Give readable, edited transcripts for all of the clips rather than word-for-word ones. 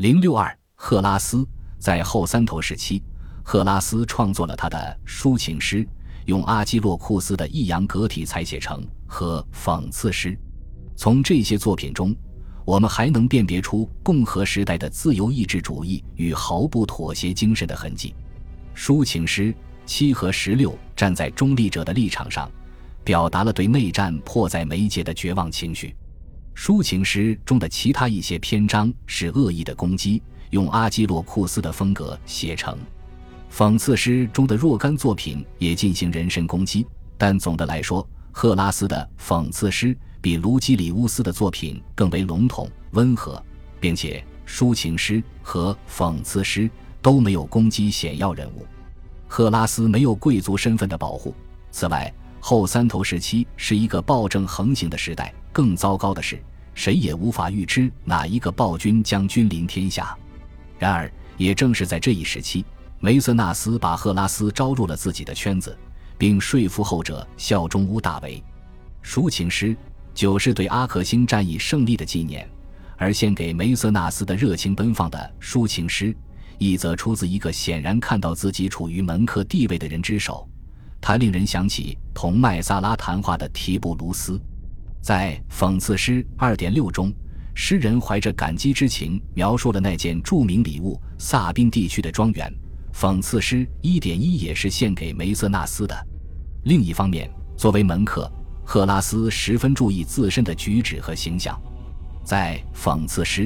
062赫拉斯。在后三头时期，赫拉斯创作了他的抒情诗，用阿基洛库斯的抑扬格体采写成，和讽刺诗。从这些作品中，我们还能辨别出共和时代的自由意志主义与毫不妥协精神的痕迹。抒情诗7和16站在中立者的立场上，表达了对内战迫在眉睫的绝望情绪。抒情诗中的其他一些篇章是恶意的攻击，用阿基洛库斯的风格写成。讽刺诗中的若干作品也进行人身攻击，但总的来说，赫拉斯的讽刺诗比卢基里乌斯的作品更为笼统温和，并且抒情诗和讽刺诗都没有攻击显要人物。赫拉斯没有贵族身份的保护。此外，后三头时期是一个暴政横行的时代，更糟糕的是，谁也无法预知哪一个暴君将君临天下。然而，也正是在这一时期，梅瑟纳斯把赫拉斯招入了自己的圈子，并说服后者效忠乌大维。抒情诗9是对阿克星战役胜利的纪念，而献给梅瑟纳斯的热情奔放的抒情诗一则出自一个显然看到自己处于门客地位的人之手。它令人想起同麦萨拉谈话的提布卢斯。在讽刺诗 2.6 中，诗人怀着感激之情描述了那件著名礼物萨宾地区的庄园。讽刺诗 1.1 也是献给梅瑟纳斯的。另一方面，作为门客，赫拉斯十分注意自身的举止和形象。在讽刺诗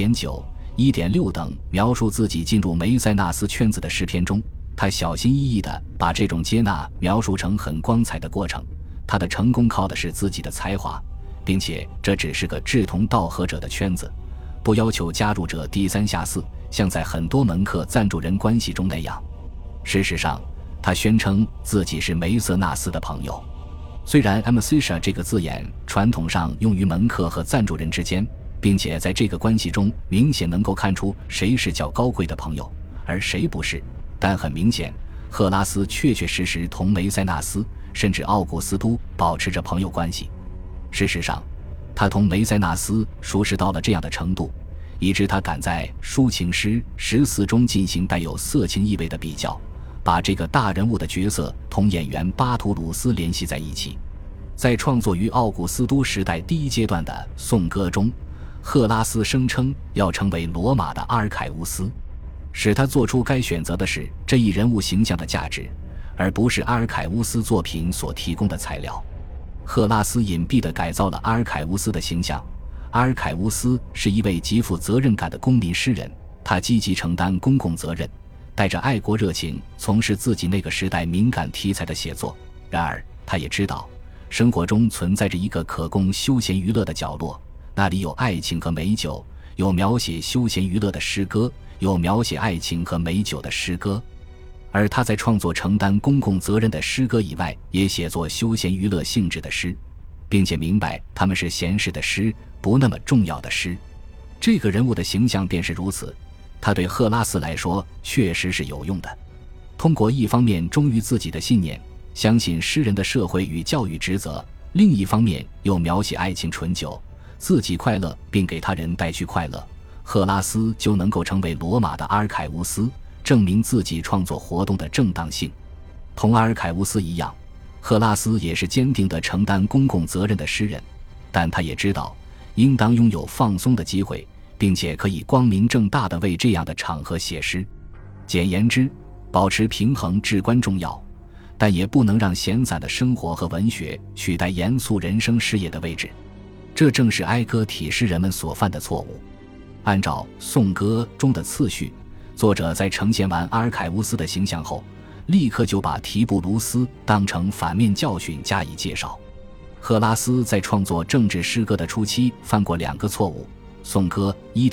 1.9、1.6 等描述自己进入梅塞纳斯圈子的诗篇中，他小心翼翼地把这种接纳描述成很光彩的过程。他的成功靠的是自己的才华，并且这只是个志同道合者的圈子，不要求加入者低三下四，像在很多门客赞助人关系中那样。事实上，他宣称自己是梅瑟纳斯的朋友。虽然 Amicitia 这个字眼传统上用于门客和赞助人之间，并且在这个关系中明显能够看出谁是较高贵的朋友，而谁不是，但很明显，赫拉斯确确实实同梅塞纳斯甚至奥古斯都保持着朋友关系。事实上，他同梅塞纳斯熟识到了这样的程度，以致他敢在抒情诗14中进行带有色情意味的比较，把这个大人物的角色同演员巴图鲁斯联系在一起。在创作于奥古斯都时代第一阶段的颂歌中，赫拉斯声称要成为罗马的阿尔凯乌斯。使他做出该选择的是这一人物形象的价值，而不是阿尔凯乌斯作品所提供的材料。赫拉斯隐蔽地改造了阿尔凯乌斯的形象。阿尔凯乌斯是一位极负责任感的公民诗人，他积极承担公共责任，带着爱国热情从事自己那个时代敏感题材的写作。然而，他也知道生活中存在着一个可供休闲娱乐的角落，那里有爱情和美酒，有描写休闲娱乐的诗歌，有描写爱情和美酒的诗歌。而他在创作承担公共责任的诗歌以外，也写作休闲娱乐性质的诗，并且明白他们是闲适的诗，不那么重要的诗。这个人物的形象便是如此，他对赫拉斯来说确实是有用的。通过一方面忠于自己的信念，相信诗人的社会与教育职责，另一方面又描写爱情纯酒，自己快乐并给他人带去快乐，赫拉斯就能够成为罗马的阿尔凯乌斯，证明自己创作活动的正当性。同阿尔凯乌斯一样，赫拉斯也是坚定地承担公共责任的诗人，但他也知道应当拥有放松的机会，并且可以光明正大地为这样的场合写诗。简言之，保持平衡至关重要，但也不能让闲散的生活和文学取代严肃人生事业的位置。这正是哀歌体诗人们所犯的错误。按照颂歌中的次序，作者在呈现完阿尔凯乌斯的形象后，立刻就把提布卢斯当成反面教训加以介绍。赫拉斯在创作政治诗歌的初期犯过2个错误：颂歌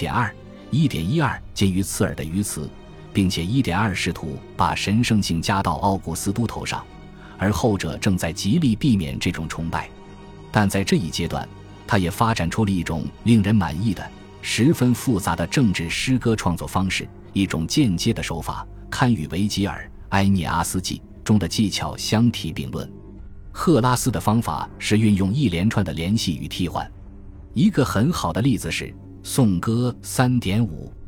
1.2、1.12 近于刺耳的语词，并且 1.2 试图把神圣性加到奥古斯都头上，而后者正在极力避免这种崇拜。但在这一阶段，他也发展出了一种令人满意的十分复杂的政治诗歌创作方式，一种间接的手法，堪与维吉尔、埃涅阿斯纪中的技巧相提并论。赫拉斯的方法是运用一连串的联系与替换。一个很好的例子是颂歌 3.5。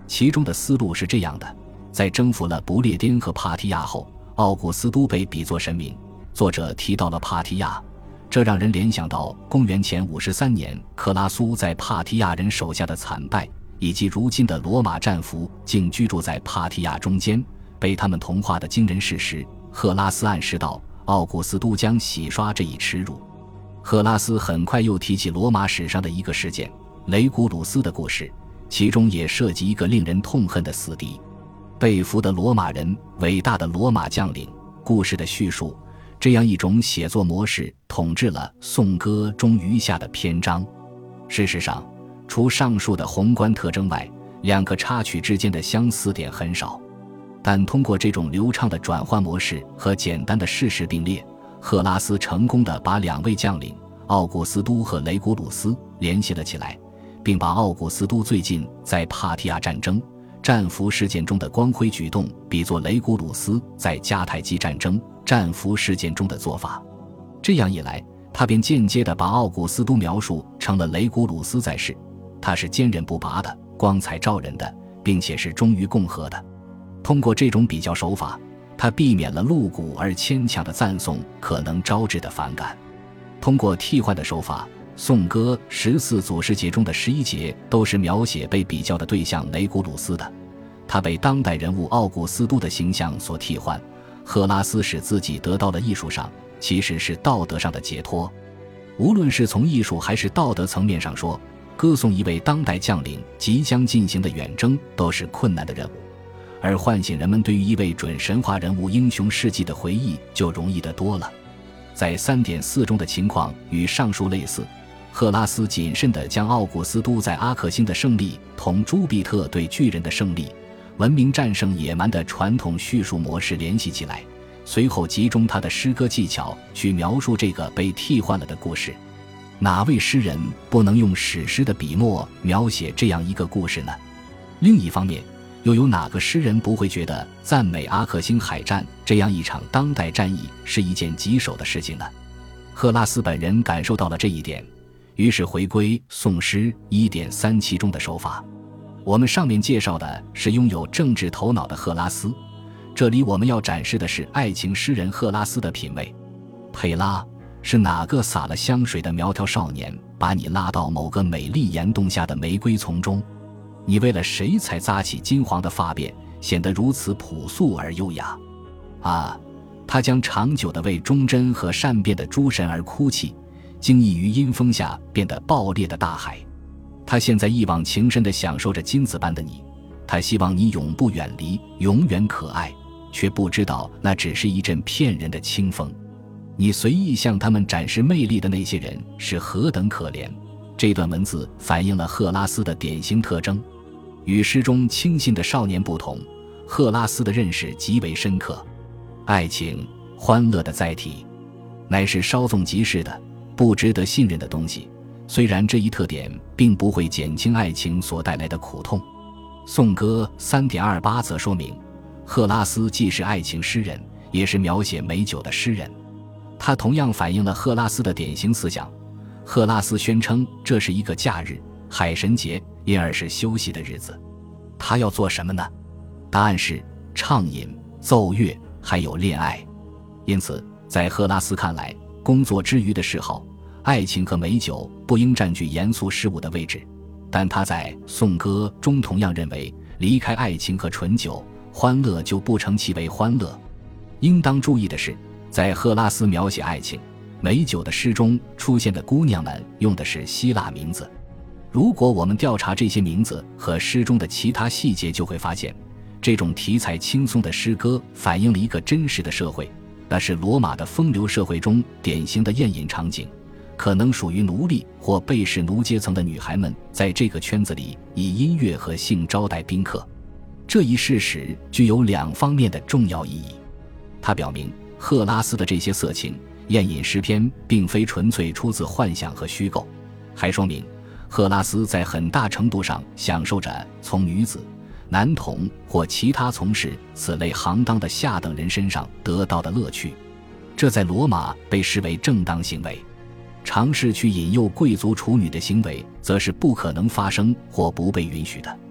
其中的思路是这样的：在征服了不列颠和帕提亚后，奥古斯都被比作神明。作者提到了帕提亚，这让人联想到公元前53年克拉苏在帕提亚人手下的惨败，以及如今的罗马战俘竟居住在帕提亚中间，被他们同化的惊人事实。赫拉斯暗示道，奥古斯都将洗刷这一耻辱。赫拉斯很快又提起罗马史上的一个事件——雷古鲁斯的故事，其中也涉及一个令人痛恨的死敌。被俘的罗马人，伟大的罗马将领，故事的叙述，这样一种写作模式统治了颂歌中余下的篇章。事实上，除上述的宏观特征外，两个插曲之间的相似点很少。但通过这种流畅的转换模式和简单的事实并列，赫拉斯成功地把两位将领奥古斯都和雷古鲁斯联系了起来，并把奥古斯都最近在帕提亚战争战俘事件中的光辉举动比作雷古鲁斯在迦太基战争战俘事件中的做法。这样一来，他便间接地把奥古斯都描述成了雷古鲁斯在世，他是坚韧不拔的，光彩照人的，并且是忠于共和的。通过这种比较手法，他避免了露骨而牵强的赞颂可能招致的反感。通过替换的手法，颂歌14组诗节中的11节都是描写被比较的对象雷古鲁斯的，他被当代人物奥古斯都的形象所替换。赫拉斯使自己得到了艺术上，其实是道德上的解脱。无论是从艺术还是道德层面上说，歌颂一位当代将领即将进行的远征都是困难的任务，而唤醒人们对于一位准神话人物英雄事迹的回忆就容易得多了。在 3.4 中的情况与上述类似，赫拉斯谨慎地将奥古斯都在阿克星的胜利同朱庇特对巨人的胜利、文明战胜野蛮的传统叙述模式联系起来，随后集中他的诗歌技巧去描述这个被替换了的故事。哪位诗人不能用史诗的笔墨描写这样一个故事呢？另一方面，又有哪个诗人不会觉得赞美阿克星海战这样一场当代战役是一件棘手的事情呢？赫拉斯本人感受到了这一点，于是回归颂诗 1.37 中的手法。我们上面介绍的是拥有政治头脑的赫拉斯，这里我们要展示的是爱情诗人赫拉斯的品味。佩拉，是哪个洒了香水的苗条少年把你拉到某个美丽岩洞下的玫瑰丛中？你为了谁才扎起金黄的发辫，显得如此朴素而优雅？啊，他将长久地为忠贞和善变的诸神而哭泣，惊异于阴风下变得爆裂的大海。他现在一往情深地享受着金子般的你，他希望你永不远离，永远可爱，却不知道那只是一阵骗人的清风。你随意向他们展示魅力的那些人是何等可怜。这段文字反映了赫拉斯的典型特征。与诗中轻信的少年不同，赫拉斯的认识极为深刻。爱情，欢乐的载体，乃是稍纵即逝的，不值得信任的东西。虽然这一特点并不会减轻爱情所带来的苦痛。颂歌 3.28 则说明，赫拉斯既是爱情诗人，也是描写美酒的诗人。他同样反映了赫拉斯的典型思想。赫拉斯宣称这是一个假日，海神节，因而是休息的日子。他要做什么呢？答案是畅饮、奏乐，还有恋爱。因此，在赫拉斯看来，工作之余的嗜好，爱情和美酒不应占据严肃事务的位置。但他在颂歌中同样认为，离开爱情和醇酒，欢乐就不成其为欢乐。应当注意的是，在赫拉斯描写爱情、美酒的诗中出现的姑娘们用的是希腊名字。如果我们调查这些名字和诗中的其他细节，就会发现，这种题材轻松的诗歌反映了一个真实的社会，那是罗马的风流社会中典型的宴饮场景。可能属于奴隶或被视奴阶层的女孩们在这个圈子里以音乐和性招待宾客。这一事实具有两方面的重要意义。它表明赫拉斯的这些色情宴饮诗篇并非纯粹出自幻想和虚构，还说明赫拉斯在很大程度上享受着从女子、男童或其他从事此类行当的下等人身上得到的乐趣，这在罗马被视为正当行为。尝试去引诱贵族处女的行为则是不可能发生或不被允许的，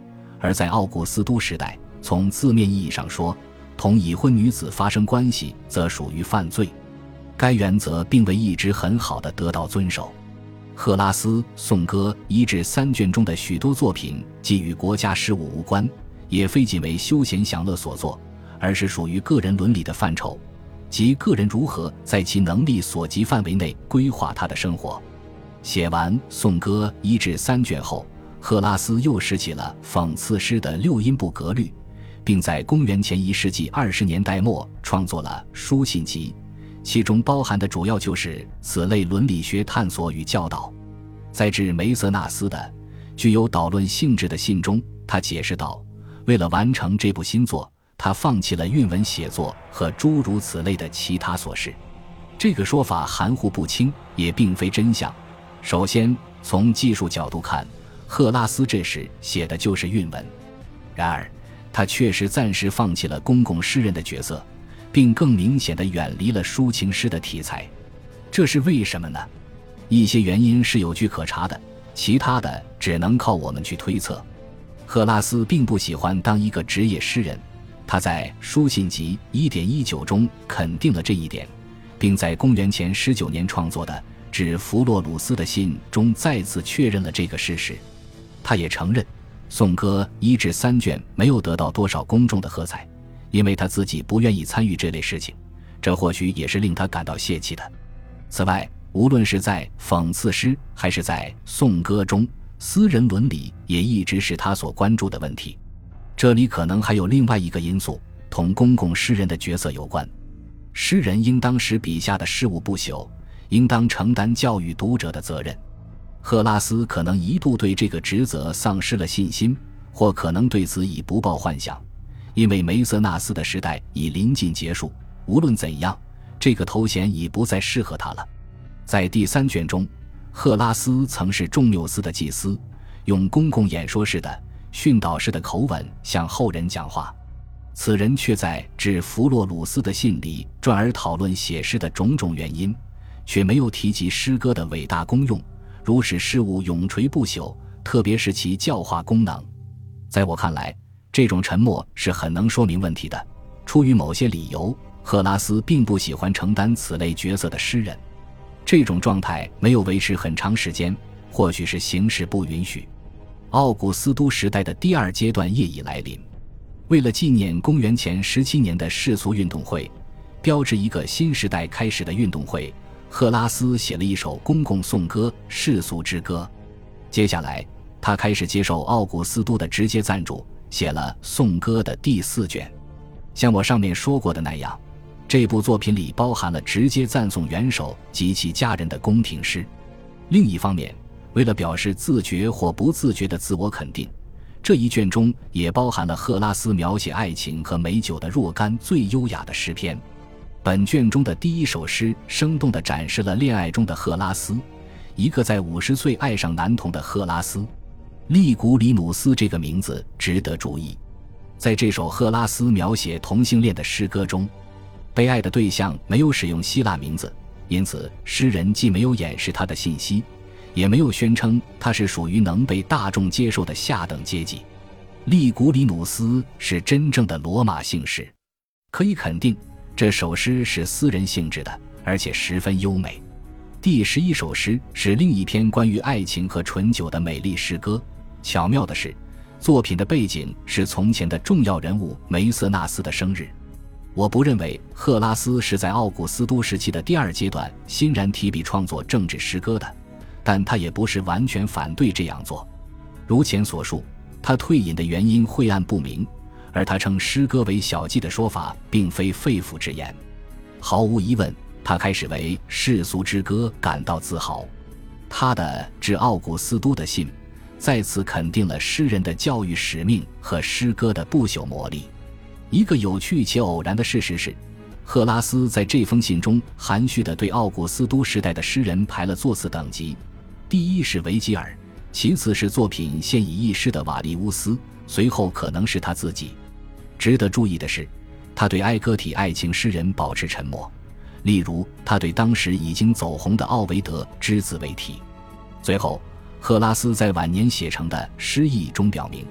而在奥古斯都时代，从字面意义上说，同已婚女子发生关系则属于犯罪。该原则并未一直很好地得到遵守。赫拉斯《颂歌》1至3卷中的许多作品既与国家事务无关，也非仅为休闲享乐所作，而是属于个人伦理的范畴，即个人如何在其能力所及范围内规划他的生活。写完《颂歌》1至3卷后，赫拉斯又拾起了讽刺诗的六音不格律，并在公元前1世纪20年代末创作了《书信集》，其中包含的主要就是此类伦理学探索与教导。在致梅瑟纳斯的具有导论性质的信中，他解释道，为了完成这部新作，他放弃了韵文写作和诸如此类的其他琐事。这个说法含糊不清，也并非真相。首先，从技术角度看，赫拉斯这时写的就是韵文，然而他确实暂时放弃了公共诗人的角色，并更明显地远离了抒情诗的题材。这是为什么呢？一些原因是有据可查的，其他的只能靠我们去推测。赫拉斯并不喜欢当一个职业诗人，他在《书信集》1.19 中肯定了这一点，并在公元前19年创作的致弗洛鲁斯的信中再次确认了这个事实。他也承认，《颂歌》1至3卷没有得到多少公众的喝彩，因为他自己不愿意参与这类事情，这或许也是令他感到泄气的。此外，无论是在讽刺诗还是在颂歌中，私人伦理也一直是他所关注的问题。这里可能还有另外一个因素，同公共诗人的角色有关。诗人应当使笔下的事物不朽，应当承担教育读者的责任。赫拉斯可能一度对这个职责丧失了信心，或可能对此已不抱幻想，因为梅瑟纳斯的时代已临近结束。无论怎样，这个头衔已不再适合他了。在第3卷中，赫拉斯曾是仲缪斯的祭司，用公共演说式的训导式的口吻向后人讲话。此人却在致弗洛鲁斯的信里转而讨论写诗的种种原因，却没有提及诗歌的伟大功用，如使事物永垂不朽，特别是其教化功能。在我看来，这种沉默是很能说明问题的。出于某些理由，赫拉斯并不喜欢承担此类角色的诗人。这种状态没有维持很长时间，或许是形势不允许。奥古斯都时代的第2阶段业已来临。为了纪念公元前17年的世俗运动会，标志一个新时代开始的运动会，赫拉斯写了一首公共颂歌《世俗之歌》。接下来，他开始接受奥古斯都的直接赞助，写了《颂歌》的第4卷。像我上面说过的那样，这部作品里包含了直接赞颂元首及其家人的宫廷诗。另一方面，为了表示自觉或不自觉的自我肯定，这一卷中也包含了赫拉斯描写爱情和美酒的若干最优雅的诗篇。本卷中的第1首诗生动地展示了恋爱中的赫拉斯，一个在50岁爱上男童的赫拉斯。利古里努斯这个名字值得注意。在这首赫拉斯描写同性恋的诗歌中，被爱的对象没有使用希腊名字，因此诗人既没有掩饰他的信息，也没有宣称他是属于能被大众接受的下等阶级。利古里努斯是真正的罗马姓氏，可以肯定这首诗是私人性质的，而且十分优美。第11首诗是另一篇关于爱情和醇酒的美丽诗歌。巧妙的是，作品的背景是从前的重要人物梅瑟纳斯的生日。我不认为赫拉斯是在奥古斯都时期的第2阶段欣然提笔创作政治诗歌的，但他也不是完全反对这样做。如前所述，他退隐的原因晦暗不明，而他称诗歌为小记的说法并非肺腑之言。毫无疑问，他开始为世俗之歌感到自豪。他的致奥古斯都的信再次肯定了诗人的教育使命和诗歌的不朽魔力。一个有趣且偶然的事实是，赫拉斯在这封信中含蓄地对奥古斯都时代的诗人排了座次等级，第一是维吉尔，其次是作品现已佚失的瓦利乌斯，随后可能是他自己。值得注意的是，他对埃戈体爱情诗人保持沉默，例如他对当时已经走红的奥维德只字未提。最后，赫拉斯在晚年写成的诗意中表明，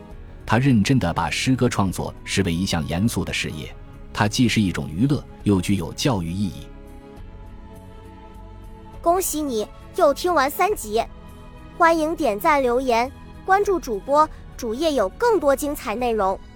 他认真地把诗歌创作视为一项严肃的事业，它既是一种娱乐，又具有教育意义。 恭喜你又听完3集，欢迎点赞留言，关注主播，主页有更多精彩内容。